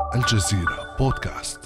الجزيرة بودكاست.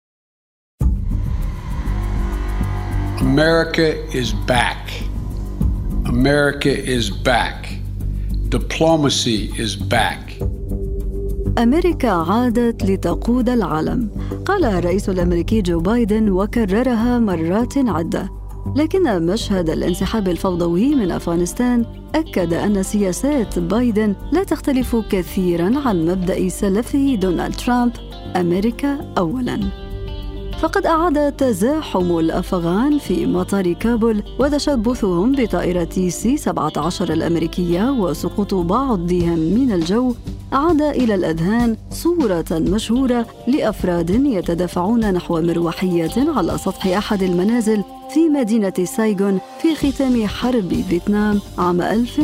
America is back. America is back. Diplomacy is back. أمريكا عادت لتقود العالم، قالها الرئيس الأمريكي جو بايدن وكررها مرات عدة. لكن مشهد الانسحاب الفوضوي من أفغانستان أكد أن سياسات بايدن لا تختلف كثيراً عن مبدأ سلفه دونالد ترامب: أمريكا أولاً. فقد أعاد تزاحم الأفغان في مطار كابول وتشبثهم بطائرة C-17 الأمريكية وسقوط بعضهم من الجو أعاد إلى الأذهان صورة مشهورة لأفراد يتدافعون نحو مروحية على سطح أحد المنازل في مدينة سايغون في ختام حرب فيتنام عام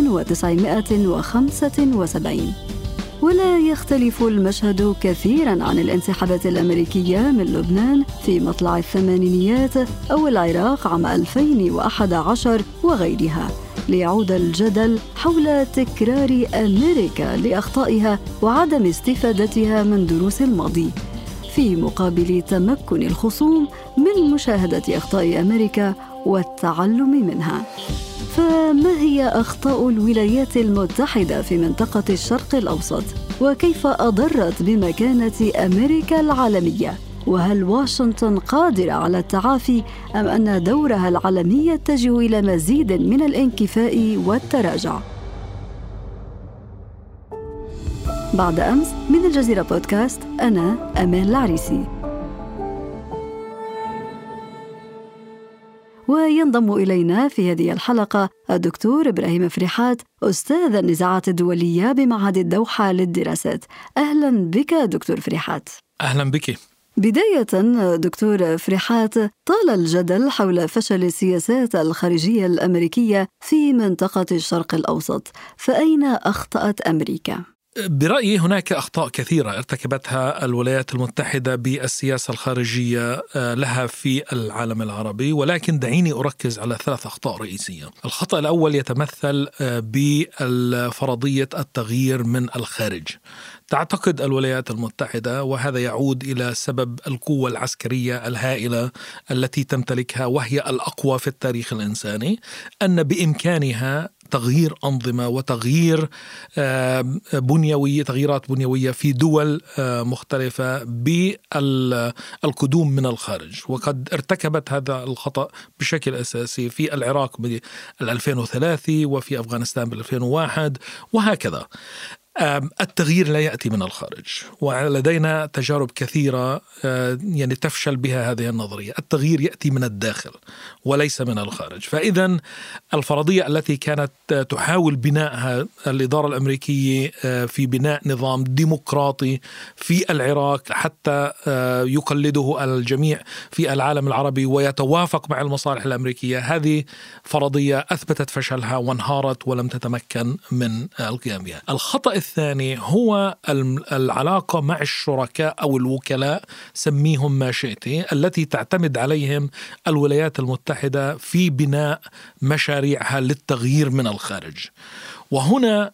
1975. ولا يختلف المشهد كثيراً عن الانسحابات الأمريكية من لبنان في مطلع الثمانينيات أو العراق عام 2011 وغيرها، ليعود الجدل حول تكرار أمريكا لأخطائها وعدم استفادتها من دروس الماضي، في مقابل تمكن الخصوم من مشاهدة أخطاء أمريكا والتعلم منها. فما هي أخطاء الولايات المتحدة في منطقة الشرق الأوسط؟ وكيف أضرت بمكانة أمريكا العالمية؟ وهل واشنطن قادرة على التعافي أم أن دورها العالمي يتجه إلى مزيد من الانكفاء والتراجع؟ بعد أمس من الجزيرة بودكاست، أنا أمان العريسي. وينضم إلينا في هذه الحلقة الدكتور إبراهيم فريحات، أستاذ النزاعات الدولية بمعهد الدوحة للدراسات. أهلا بك دكتور فريحات. أهلا بك. بداية دكتور فريحات، طال الجدل حول فشل السياسات الخارجية الأمريكية في منطقة الشرق الأوسط، فأين أخطأت أمريكا؟ برأيي هناك أخطاء كثيرة ارتكبتها الولايات المتحدة بالسياسة الخارجية لها في العالم العربي، ولكن دعيني أركز على 3 أخطاء رئيسية. الخطأ الأول يتمثل بفرضية التغيير من الخارج. تعتقد الولايات المتحدة، وهذا يعود إلى سبب القوة العسكرية الهائلة التي تمتلكها وهي الأقوى في التاريخ الإنساني، أن بإمكانها تغيير أنظمة وتغيير تغييرات بنيوية في دول مختلفة بالقدوم من الخارج. وقد ارتكبت هذا الخطأ بشكل أساسي في العراق بال2003 وفي أفغانستان بال2001 وهكذا. التغيير لا يأتي من الخارج، ولدينا تجارب كثيرة تفشل بها هذه النظرية. التغيير يأتي من الداخل وليس من الخارج. فإذن الفرضية التي كانت تحاول بناءها الإدارة الأمريكية في بناء نظام ديمقراطي في العراق حتى يقلده الجميع في العالم العربي ويتوافق مع المصالح الأمريكية، هذه فرضية أثبتت فشلها وانهارت ولم تتمكن من القيام بها. الخطأ الثاني هو العلاقة مع الشركاء أو الوكلاء، سميهم ما شئت، التي تعتمد عليهم الولايات المتحدة في بناء مشاريعها للتغيير من الخارج. وهنا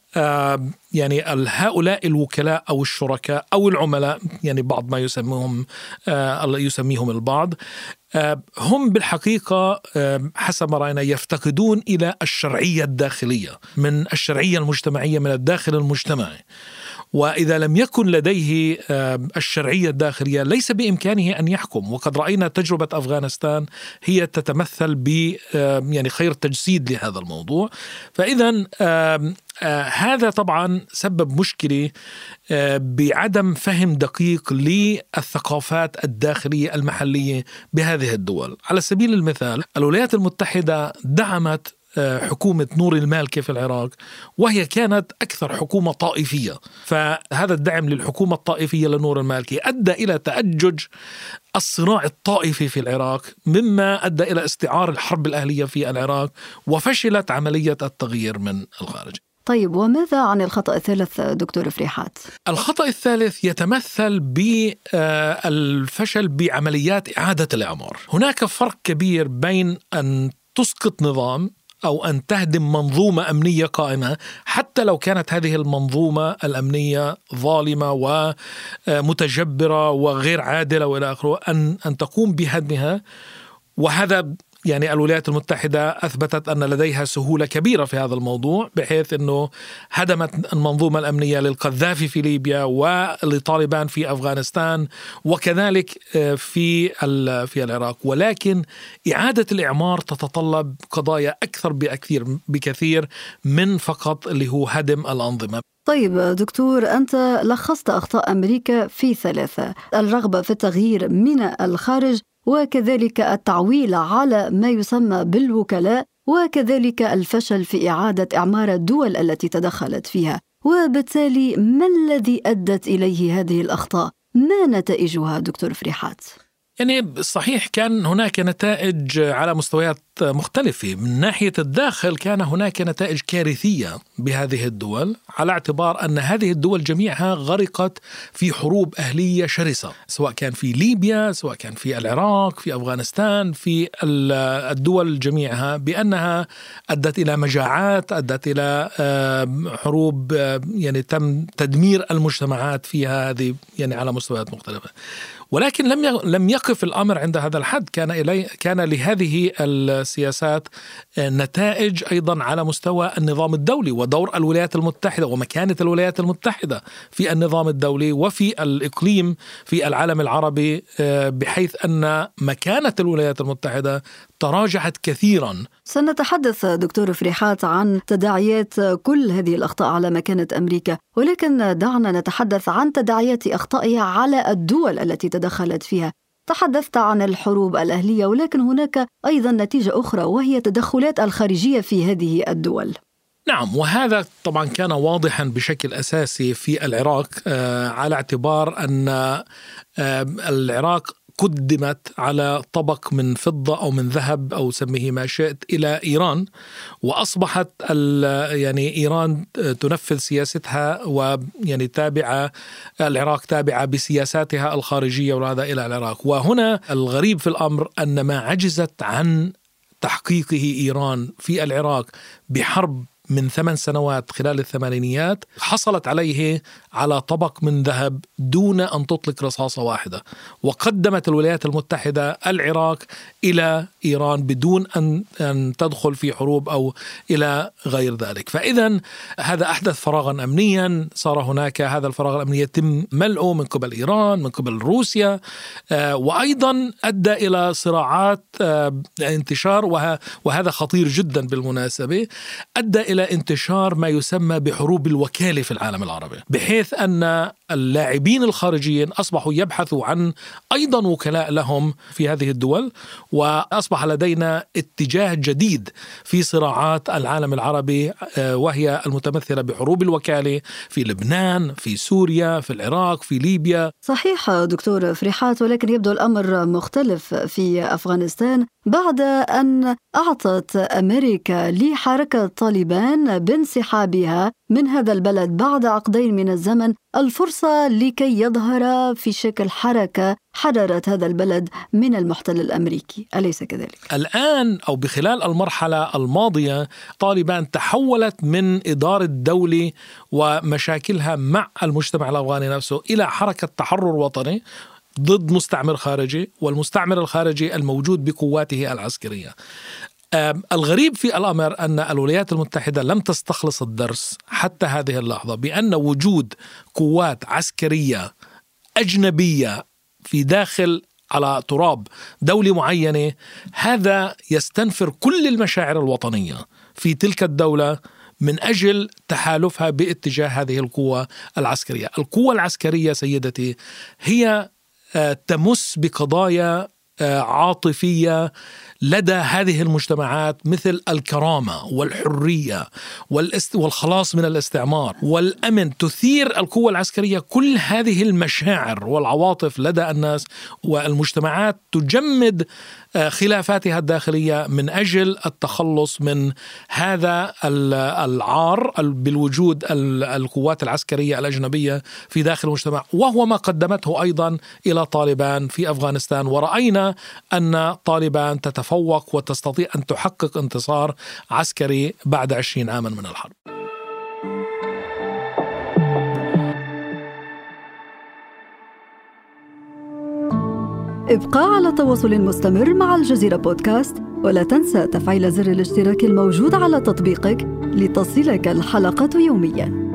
هؤلاء الوكلاء أو الشركاء أو العملاء، بعض ما يسميهم البعض، هم بالحقيقة حسب ما رأينا يفتقدون إلى الشرعية الداخلية من الشرعية المجتمعية من الداخل المجتمعي. وإذا لم يكن لديه الشرعية الداخلية ليس بإمكانه أن يحكم. وقد رأينا تجربة أفغانستان هي تتمثل خير تجسيد لهذا الموضوع. فإذا هذا طبعا سبب مشكلة بعدم فهم دقيق للثقافات الداخلية المحلية بهذه الدول. على سبيل المثال، الولايات المتحدة دعمت حكومة نور المالكي في العراق، وهي كانت أكثر حكومة طائفية. فهذا الدعم للحكومة الطائفية لنور المالكي أدى إلى تأجج الصراع الطائفي في العراق، مما أدى إلى استعار الحرب الأهلية في العراق، وفشلت عملية التغيير من الخارج. طيب، وماذا عن الخطأ الثالث دكتور فريحات؟ الخطأ الثالث يتمثل بالفشل بعمليات إعادة الإعمار. هناك فرق كبير بين أن تسقط نظام أو أن تهدم منظومة أمنية قائمة، حتى لو كانت هذه المنظومة الأمنية ظالمة ومتجبرة وغير عادلة وإلى آخره، أن تقوم بهدمها. وهذا يعني الولايات المتحدة أثبتت أن لديها سهولة كبيرة في هذا الموضوع، بحيث أنه هدمت المنظومة الأمنية للقذافي في ليبيا ولطالبان في أفغانستان وكذلك في العراق. ولكن إعادة الإعمار تتطلب قضايا أكثر بكثير من فقط اللي هو هدم الأنظمة. طيب دكتور، أنت لخصت أخطاء أمريكا في 3: الرغبة في التغيير من الخارج، وكذلك التعويل على ما يسمى بالوكلاء، وكذلك الفشل في إعادة إعمار الدول التي تدخلت فيها. وبالتالي ما الذي أدت إليه هذه الأخطاء؟ ما نتائجها دكتور فريحات؟ يعني صحيح كان هناك نتائج على مستويات مختلفة. من ناحية الداخل كان هناك نتائج كارثية بهذه الدول، على اعتبار أن هذه الدول جميعها غرقت في حروب أهلية شرسة، سواء كان في ليبيا، سواء كان في العراق، في أفغانستان، في الدول جميعها، بأنها أدت إلى مجاعات، أدت إلى حروب، يعني تم تدمير المجتمعات فيها هذه يعني على مستويات مختلفة. ولكن لم يقف الأمر عند هذا الحد. كان لهذه السياسات نتائج أيضا على مستوى النظام الدولي ودور الولايات المتحدة ومكانة الولايات المتحدة في النظام الدولي وفي الإقليم في العالم العربي، بحيث أن مكانة الولايات المتحدة تراجعت كثيرا. سنتحدث دكتور فريحات عن تداعيات كل هذه الأخطاء على مكانة أمريكا، ولكن دعنا نتحدث عن تداعيات أخطائها على الدول التي تدخلت فيها. تحدثت عن الحروب الأهلية، ولكن هناك أيضا نتيجة أخرى وهي تدخلات الخارجية في هذه الدول. نعم، وهذا طبعا كان واضحا بشكل أساسي في العراق، على اعتبار أن العراق قدمت على طبق من فضة أو من ذهب أو سميه ما شئت إلى إيران، وأصبحت يعني إيران تنفذ سياستها ويعني تابعة، العراق تابعة بسياساتها الخارجية وهذا إلى العراق. وهنا الغريب في الأمر أن ما عجزت عن تحقيقه إيران في العراق بحرب من 8 سنوات خلال الثمانينيات، حصلت عليه على طبق من ذهب دون أن تطلق رصاصة واحدة. وقدمت الولايات المتحدة العراق إلى إيران بدون أن تدخل في حروب أو إلى غير ذلك. فإذا هذا أحدث فراغا أمنيا، صار هناك هذا الفراغ الأمني يتم ملئه من قبل إيران، من قبل روسيا، وأيضا أدى إلى صراعات انتشار، وهذا خطير جدا بالمناسبة، أدى إلى انتشار ما يسمى بحروب الوكالة في العالم العربي، بحيث أن اللاعبين الخارجيين أصبحوا يبحثوا عن أيضا وكلاء لهم في هذه الدول، وأصبح لدينا اتجاه جديد في صراعات العالم العربي، وهي المتمثلة بحروب الوكالة في لبنان، في سوريا، في العراق، في ليبيا. صحيح دكتور فريحات، ولكن يبدو الأمر مختلف في أفغانستان بعد أن أعطت أمريكا لحركة طالبان بانسحابها من هذا البلد بعد عقدين من الزمن الفرصة لكي يظهر في شكل حركة حررت هذا البلد من المحتل الأمريكي، أليس كذلك؟ الآن أو بخلال المرحلة الماضية طالبان تحولت من إدارة الدولة ومشاكلها مع المجتمع الأفغاني نفسه إلى حركة تحرر وطني ضد مستعمر خارجي، والمستعمر الخارجي الموجود بقواته العسكرية. الغريب في الأمر أن الولايات المتحدة لم تستخلص الدرس حتى هذه اللحظة بأن وجود قوات عسكرية أجنبية في داخل على تراب دولة معينة، هذا يستنفر كل المشاعر الوطنية في تلك الدولة من أجل تحالفها باتجاه هذه القوة العسكرية. القوة العسكرية سيدتي هي تمس بقضايا عاطفية لدى هذه المجتمعات، مثل الكرامة والحرية والخلاص من الاستعمار والأمن. تثير القوة العسكرية كل هذه المشاعر والعواطف لدى الناس، والمجتمعات تجمد خلافاتها الداخلية من أجل التخلص من هذا العار بالوجود القوات العسكرية الأجنبية في داخل المجتمع، وهو ما قدمته أيضا إلى طالبان في أفغانستان. ورأينا أن طالبان تتفوق وتستطيع أن تحقق انتصار عسكري بعد 20 عاما من الحرب. ابقى على تواصل مستمر مع الجزيرة بودكاست، ولا تنسى تفعيل زر الاشتراك الموجود على تطبيقك لتصلك الحلقة يومياً.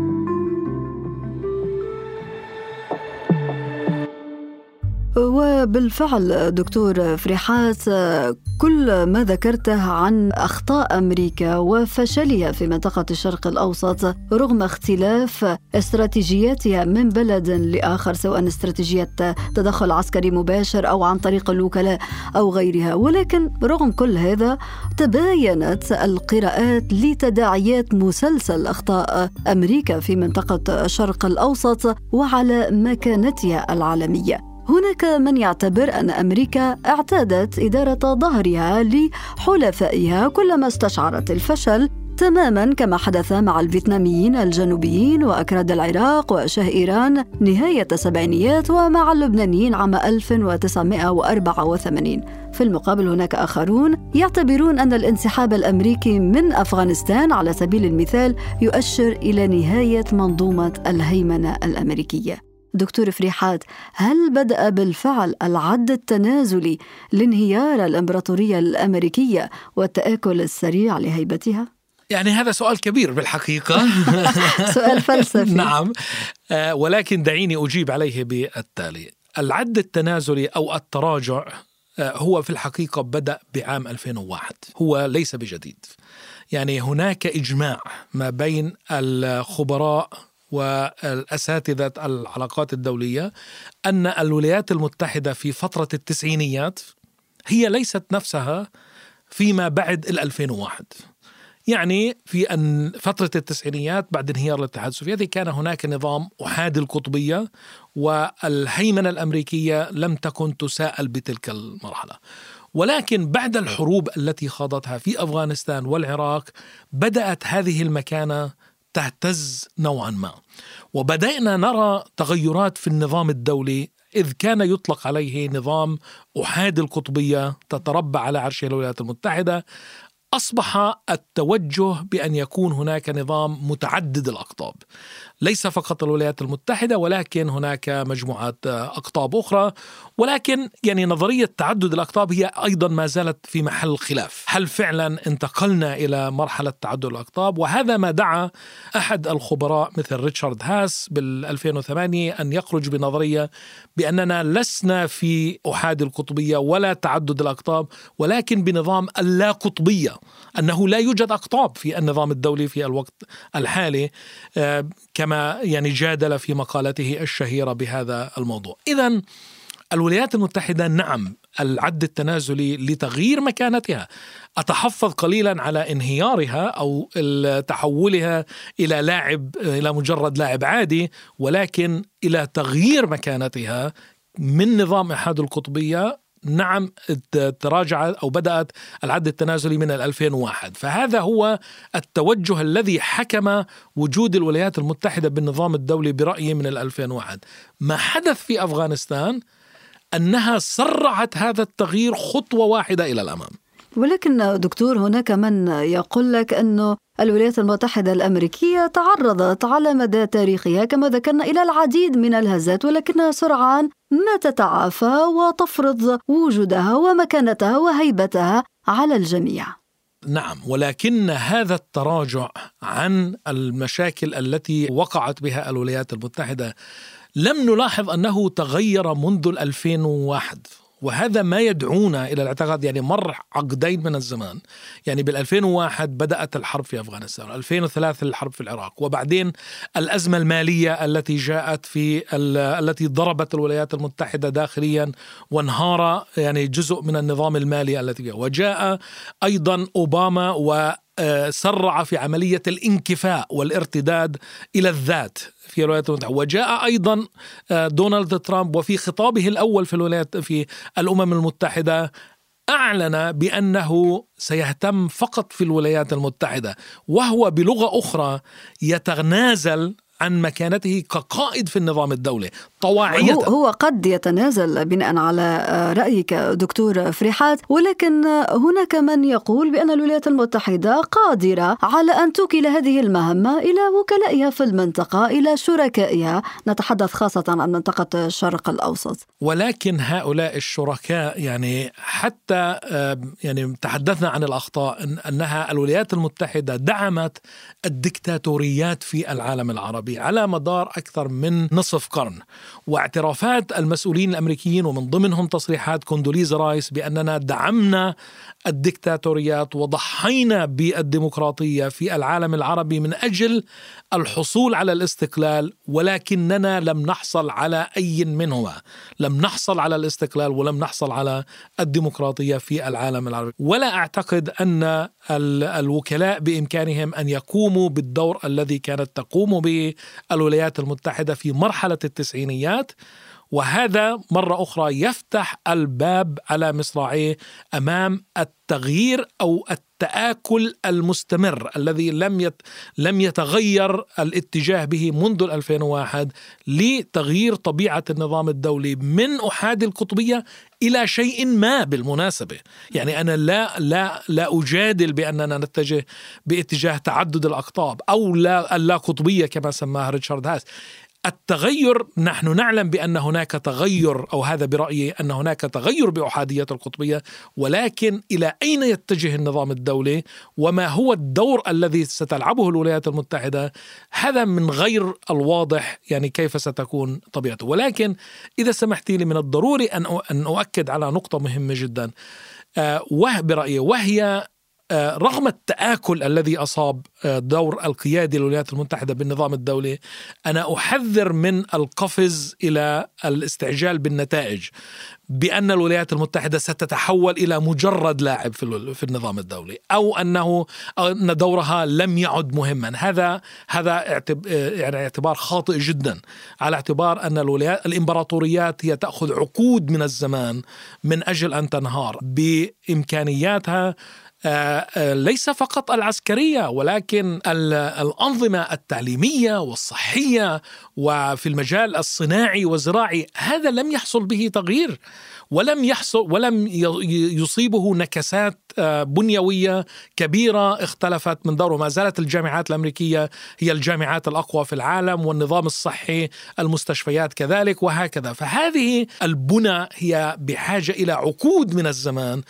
وبالفعل دكتور فريحات، كل ما ذكرته عن أخطاء أمريكا وفشلها في منطقة الشرق الأوسط رغم اختلاف استراتيجياتها من بلد لآخر، سواء استراتيجية تدخل عسكري مباشر أو عن طريق الوكلاء أو غيرها، ولكن رغم كل هذا تباينت القراءات لتداعيات مسلسل أخطاء أمريكا في منطقة الشرق الأوسط وعلى مكانتها العالمية. هناك من يعتبر أن أمريكا اعتادت إدارة ظهرها لحلفائها كلما استشعرت الفشل، تماماً كما حدث مع الفيتناميين الجنوبيين وأكراد العراق وشاه إيران نهاية السبعينيات، ومع اللبنانيين عام 1984. في المقابل هناك آخرون يعتبرون أن الانسحاب الأمريكي من أفغانستان على سبيل المثال يؤشر إلى نهاية منظومة الهيمنة الأمريكية. دكتور فريحات، هل بدأ بالفعل العد التنازلي لانهيار الإمبراطورية الأمريكية والتآكل السريع لهيبتها؟ يعني هذا سؤال كبير بالحقيقة. سؤال فلسفي. نعم، ولكن دعيني أجيب عليه بالتالي. العد التنازلي أو التراجع هو في الحقيقة بدأ بعام 2001، هو ليس بجديد. يعني هناك إجماع ما بين الخبراء والأساتذة العلاقات الدولية أن الولايات المتحدة في فترة التسعينيات هي ليست نفسها فيما بعد 2001. يعني في فترة التسعينيات بعد انهيار الاتحاد السوفيتي كان هناك نظام أحادي القطبية، والهيمنة الأمريكية لم تكن تساءل بتلك المرحلة. ولكن بعد الحروب التي خاضتها في أفغانستان والعراق بدأت هذه المكانة تهتز نوعا ما، وبدأنا نرى تغيرات في النظام الدولي، إذ كان يطلق عليه نظام أحادي القطبية تتربع على عرش الولايات المتحدة. أصبح التوجه بأن يكون هناك نظام متعدد الأقطاب، ليس فقط الولايات المتحدة ولكن هناك مجموعات أقطاب أخرى. ولكن يعني نظرية تعدد الأقطاب هي أيضا ما زالت في محل خلاف. هل فعلا انتقلنا إلى مرحلة تعدد الأقطاب؟ وهذا ما دعا أحد الخبراء مثل ريتشارد هاس بال2008 أن يخرج بنظرية بأننا لسنا في أحادي القطبية ولا تعدد الأقطاب، ولكن بنظام اللا قطبية، أنه لا يوجد أقطاب في النظام الدولي في الوقت الحالي، كما يعني جادل في مقالته الشهيرة بهذا الموضوع. إذن الولايات المتحدة نعم العد التنازلي لتغيير مكانتها، أتحفظ قليلا على انهيارها أو تحولها إلى مجرد لاعب عادي، ولكن إلى تغيير مكانتها من نظام أحادي القطبية. نعم تراجع أو بدأت العد التنازلي من 2001. فهذا هو التوجه الذي حكم وجود الولايات المتحدة بالنظام الدولي برأيي من 2001. ما حدث في أفغانستان أنها سرعت هذا التغيير خطوة واحدة إلى الأمام. ولكن دكتور، هناك من يقول لك أنه الولايات المتحدة الأمريكية تعرضت على مدى تاريخها كما ذكرنا إلى العديد من الهزات، ولكنها سرعان ما تتعافى وتفرض وجودها ومكانتها وهيبتها على الجميع. نعم، ولكن هذا التراجع عن المشاكل التي وقعت بها الولايات المتحدة لم نلاحظ أنه تغير منذ 2001، وهذا ما يدعونا إلى الاعتقاد يعني مر عقدين من الزمان. يعني بال2001 بدأت الحرب في أفغانستان، 2003 الحرب في العراق، وبعدين الأزمة المالية التي جاءت التي ضربت الولايات المتحدة داخليا وانهار يعني جزء من النظام المالي التي فيها، وجاء أيضا أوباما وسرع في عملية الانكفاء والارتداد إلى الذات في الولايات المتحدة، وجاء أيضا دونالد ترامب وفي خطابه الأول في الأمم المتحدة أعلن بأنه سيهتم فقط في الولايات المتحدة، وهو بلغة أخرى يتنازل عن مكانته كقائد في النظام الدولي طواعية. هو قد يتنازل بناء على رأيك دكتور فريحات، ولكن هناك من يقول بأن الولايات المتحدة قادرة على أن توكل هذه المهمة إلى وكلائها في المنطقة، إلى شركائها، نتحدث خاصة عن منطقة الشرق الأوسط. ولكن هؤلاء الشركاء يعني حتى يعني تحدثنا عن الأخطاء أنها الولايات المتحدة دعمت الدكتاتوريات في العالم العربي على مدار أكثر من نصف قرن، واعترافات المسؤولين الأمريكيين ومن ضمنهم تصريحات كوندوليزا رايس بأننا دعمنا الدكتاتوريات وضحينا بالديمقراطية في العالم العربي من أجل الحصول على الاستقلال، ولكننا لم نحصل على أي منهما، لم نحصل على الاستقلال ولم نحصل على الديمقراطية في العالم العربي. ولا أعتقد أن الوكلاء بإمكانهم أن يقوموا بالدور الذي كانت تقوم به الولايات المتحدة في مرحلة التسعينيات، وهذا مرة أخرى يفتح الباب على مصراعيه أمام التغيير أو التآكل المستمر الذي لم يتغير الاتجاه به منذ 2001 لتغيير طبيعة النظام الدولي من أحادي القطبية إلى شيء ما. بالمناسبة يعني أنا لا أجادل بأننا نتجه باتجاه تعدد الأقطاب أو لا قطبية كما سماها ريتشارد هاس. التغير، نحن نعلم بأن هناك تغير، أو هذا برأيي أن هناك تغير بأحادية القطبية، ولكن إلى أين يتجه النظام الدولي وما هو الدور الذي ستلعبه الولايات المتحدة، هذا من غير الواضح يعني كيف ستكون طبيعته. ولكن إذا سمحتي لي من الضروري أن أؤكد على نقطة مهمة جدا برأيي، وهي رغم التآكل الذي أصاب دور القيادة للولايات المتحدة بالنظام الدولي، أنا أحذر من القفز إلى الاستعجال بالنتائج بأن الولايات المتحدة ستتحول إلى مجرد لاعب في النظام الدولي، أو أن دورها لم يعد مهما. هذا يعني اعتبار خاطئ جدا، على اعتبار أن الإمبراطوريات هي تأخذ عقود من الزمان من أجل أن تنهار بإمكانياتها، ليس فقط العسكرية ولكن الأنظمة التعليمية والصحية وفي المجال الصناعي والزراعي. هذا لم يحصل به تغيير، ولم يصيبه نكسات بنيوية كبيرة اختلفت من دوره. ما زالت الجامعات الأمريكية هي الجامعات الأقوى في العالم، والنظام الصحي، المستشفيات كذلك، وهكذا. فهذه البنى هي بحاجة إلى عقود من الزمان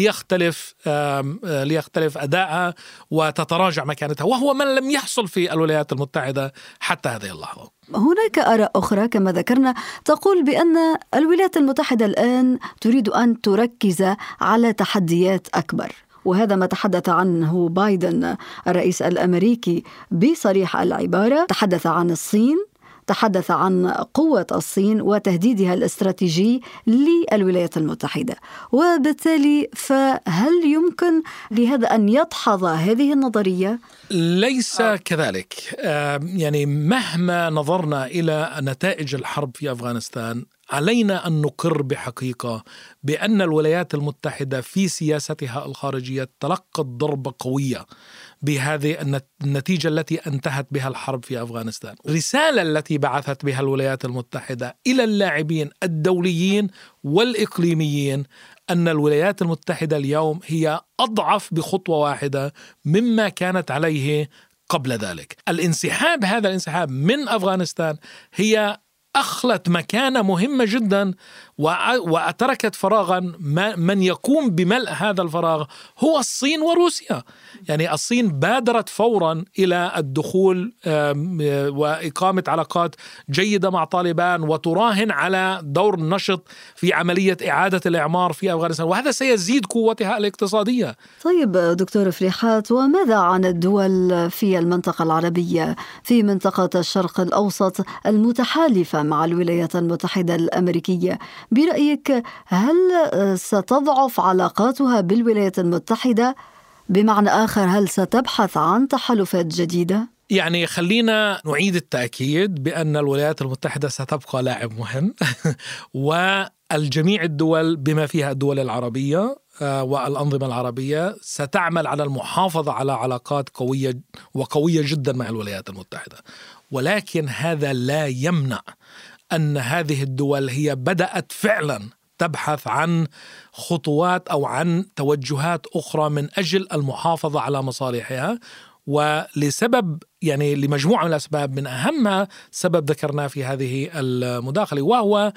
ليختلف أدائها وتتراجع مكانتها، وهو ما لم يحصل في الولايات المتحدة حتى هذه اللحظة. هناك آراء أخرى كما ذكرنا تقول بأن الولايات المتحدة الآن تريد أن تركز على تحديات أكبر، وهذا ما تحدث عنه بايدن الرئيس الأمريكي بصريح العبارة. تحدث عن الصين، تحدث عن قوة الصين وتهديدها الاستراتيجي للولايات المتحدة، وبالتالي فهل يمكن لهذا أن يدحض هذه النظرية؟ ليس كذلك. يعني مهما نظرنا إلى نتائج الحرب في أفغانستان، علينا أن نقر بحقيقة بأن الولايات المتحدة في سياستها الخارجية تلقت ضربة قوية بهذه النتيجة التي انتهت بها الحرب في أفغانستان. الرسالة التي بعثت بها الولايات المتحدة إلى اللاعبين الدوليين والإقليميين أن الولايات المتحدة اليوم هي أضعف بخطوة واحدة مما كانت عليه قبل ذلك. هذا الانسحاب من أفغانستان هي أخلت مكانة مهمة جدا وأتركت فراغا من يقوم بملء هذا الفراغ هو الصين وروسيا. يعني الصين بادرت فورا إلى الدخول وإقامة علاقات جيدة مع طالبان وتراهن على دور نشط في عملية إعادة الإعمار في أفغانستان، وهذا سيزيد قوتها الاقتصادية. طيب دكتور فريحات، وماذا عن الدول في المنطقة العربية في منطقة الشرق الأوسط المتحالفة مع الولايات المتحدة الأمريكية؟ برأيك هل ستضعف علاقاتها بالولايات المتحدة؟ بمعنى آخر، هل ستبحث عن تحالفات جديدة؟ يعني خلينا نعيد التأكيد بأن الولايات المتحدة ستبقى لاعب مهم والجميع الدول بما فيها الدول العربية والأنظمة العربية ستعمل على المحافظة على علاقات قوية جدا مع الولايات المتحدة، ولكن هذا لا يمنع أن هذه الدول هي بدأت فعلا تبحث عن خطوات أو عن توجهات أخرى من أجل المحافظة على مصالحها، ولسبب لمجموعة من الأسباب، من أهمها سبب ذكرناه في هذه المداخلة، وهو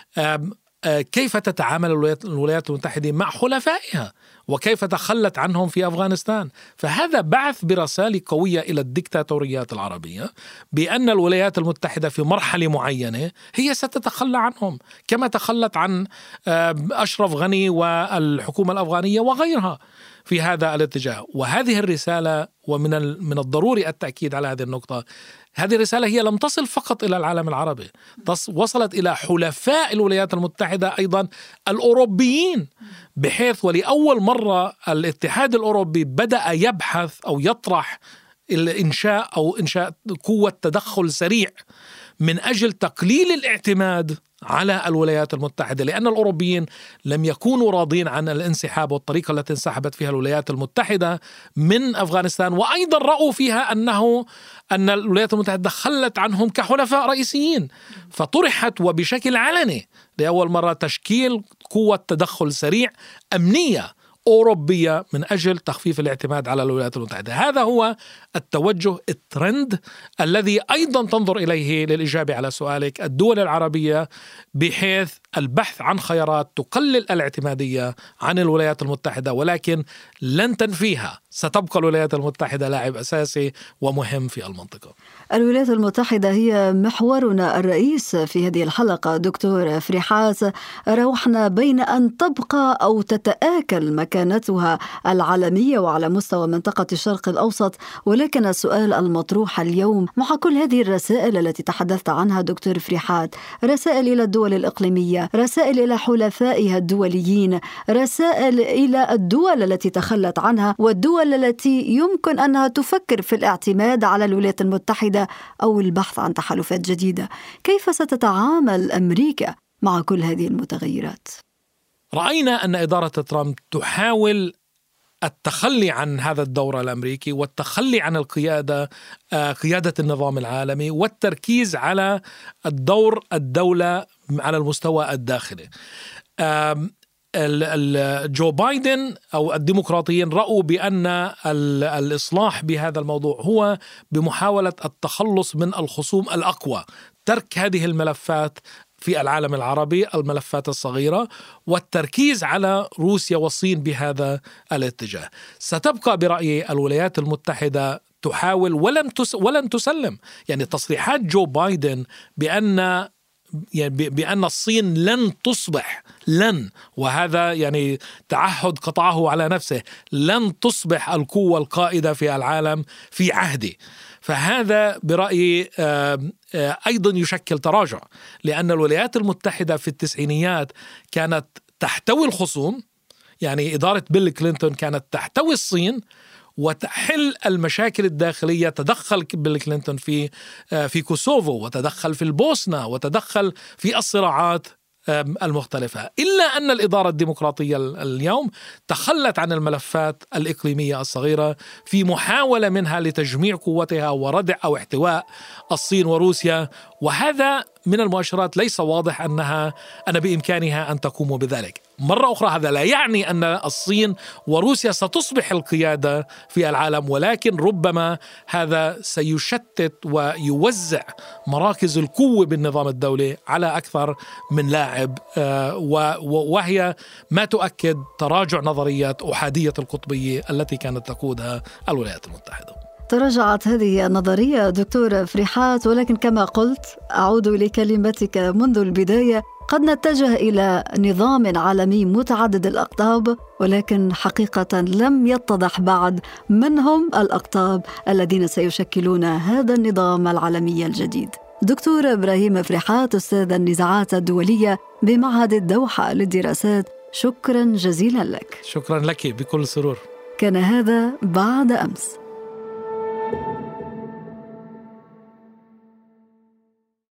كيف تتعامل الولايات المتحدة مع حلفائها وكيف تخلت عنهم في أفغانستان. فهذا بعث برسالة قوية إلى الدكتاتوريات العربية بأن الولايات المتحدة في مرحلة معينة هي ستتخلى عنهم، كما تخلت عن أشرف غني والحكومة الأفغانية وغيرها في هذا الاتجاه. وهذه الرسالة، ومن الضروري التأكيد على هذه النقطة، هذه الرسالة هي لم تصل فقط إلى العالم العربي، وصلت إلى حلفاء الولايات المتحدة أيضا الأوروبيين، بحيث ولأول مرة الاتحاد الأوروبي بدأ يبحث أو يطرح إنشاء قوة تدخل سريع من أجل تقليل الاعتماد على الولايات المتحدة، لأن الأوروبيين لم يكونوا راضين عن الانسحاب والطريقة التي انسحبت فيها الولايات المتحدة من أفغانستان، وأيضا رأوا فيها أن الولايات المتحدة خلت عنهم كحلفاء رئيسيين، فطرحت وبشكل علني لأول مرة تشكيل قوة تدخل سريع أمنية أوروبية من أجل تخفيف الاعتماد على الولايات المتحدة. هذا هو التوجه، الترند الذي أيضا تنظر إليه للإجابة على سؤالك الدول العربية، بحيث البحث عن خيارات تقلل الاعتمادية عن الولايات المتحدة، ولكن لن تنفيها. ستبقى الولايات المتحدة لاعب أساسي ومهم في المنطقة. الولايات المتحدة هي محورنا الرئيس في هذه الحلقة. دكتور فريحات، روحنا بين أن تبقى أو تتآكل مكانتها العالمية وعلى مستوى منطقة الشرق الأوسط، ولكن السؤال المطروح اليوم مع كل هذه الرسائل التي تحدثت عنها دكتور فريحات، رسائل إلى الدول الإقليمية، رسائل إلى حلفائها الدوليين، رسائل إلى الدول التي تخلت عنها والدول التي يمكن أنها تفكر في الاعتماد على الولايات المتحدة أو البحث عن تحالفات جديدة، كيف ستتعامل أمريكا مع كل هذه المتغيرات؟ رأينا أن إدارة ترامب تحاول التخلي عن هذا الدور الأمريكي والتخلي عن قيادة النظام العالمي والتركيز على الدولة على المستوى الداخلي. جو بايدن أو الديمقراطيين رأوا بأن الإصلاح بهذا الموضوع هو بمحاولة التخلص من الخصوم الأقوى، ترك هذه الملفات في العالم العربي، الملفات الصغيرة، والتركيز على روسيا والصين بهذا الاتجاه. ستبقى برأيي الولايات المتحدة تحاول ولن تسلم. تصريحات جو بايدن بأن الصين لن تصبح، وهذا تعهد قطعه على نفسه، لن تصبح القوة القائدة في العالم في عهدي. فهذا برأيي أيضا يشكل تراجع، لأن الولايات المتحدة في التسعينيات كانت تحتوي الخصوم، إدارة بيل كلينتون كانت تحتوي الصين وتحل المشاكل الداخلية. تدخل بيل كلينتون في كوسوفو، وتدخل في البوسنة، وتدخل في الصراعات المختلفة، إلا أن الإدارة الديمقراطية اليوم تخلت عن الملفات الإقليمية الصغيرة في محاولة منها لتجميع قوتها وردع أو احتواء الصين وروسيا، وهذا من المؤشرات ليس واضح أن بإمكانها أن تقوم بذلك. مرة أخرى هذا لا يعني أن الصين وروسيا ستصبح القيادة في العالم، ولكن ربما هذا سيشتت ويوزع مراكز القوة بالنظام الدولي على أكثر من لاعب، وهي ما تؤكد تراجع نظريات أحادية القطبية التي كانت تقودها الولايات المتحدة. تراجعت هذه النظرية دكتور فريحات، ولكن كما قلت أعود لكلمتك منذ البداية، قد نتجه إلى نظام عالمي متعدد الأقطاب، ولكن حقيقة لم يتضح بعد من هم الأقطاب الذين سيشكلون هذا النظام العالمي الجديد. دكتور إبراهيم فريحات، أستاذ النزاعات الدولية بمعهد الدوحة للدراسات، شكرا جزيلا لك. شكرا لك، بكل سرور. كان هذا بعد أمس.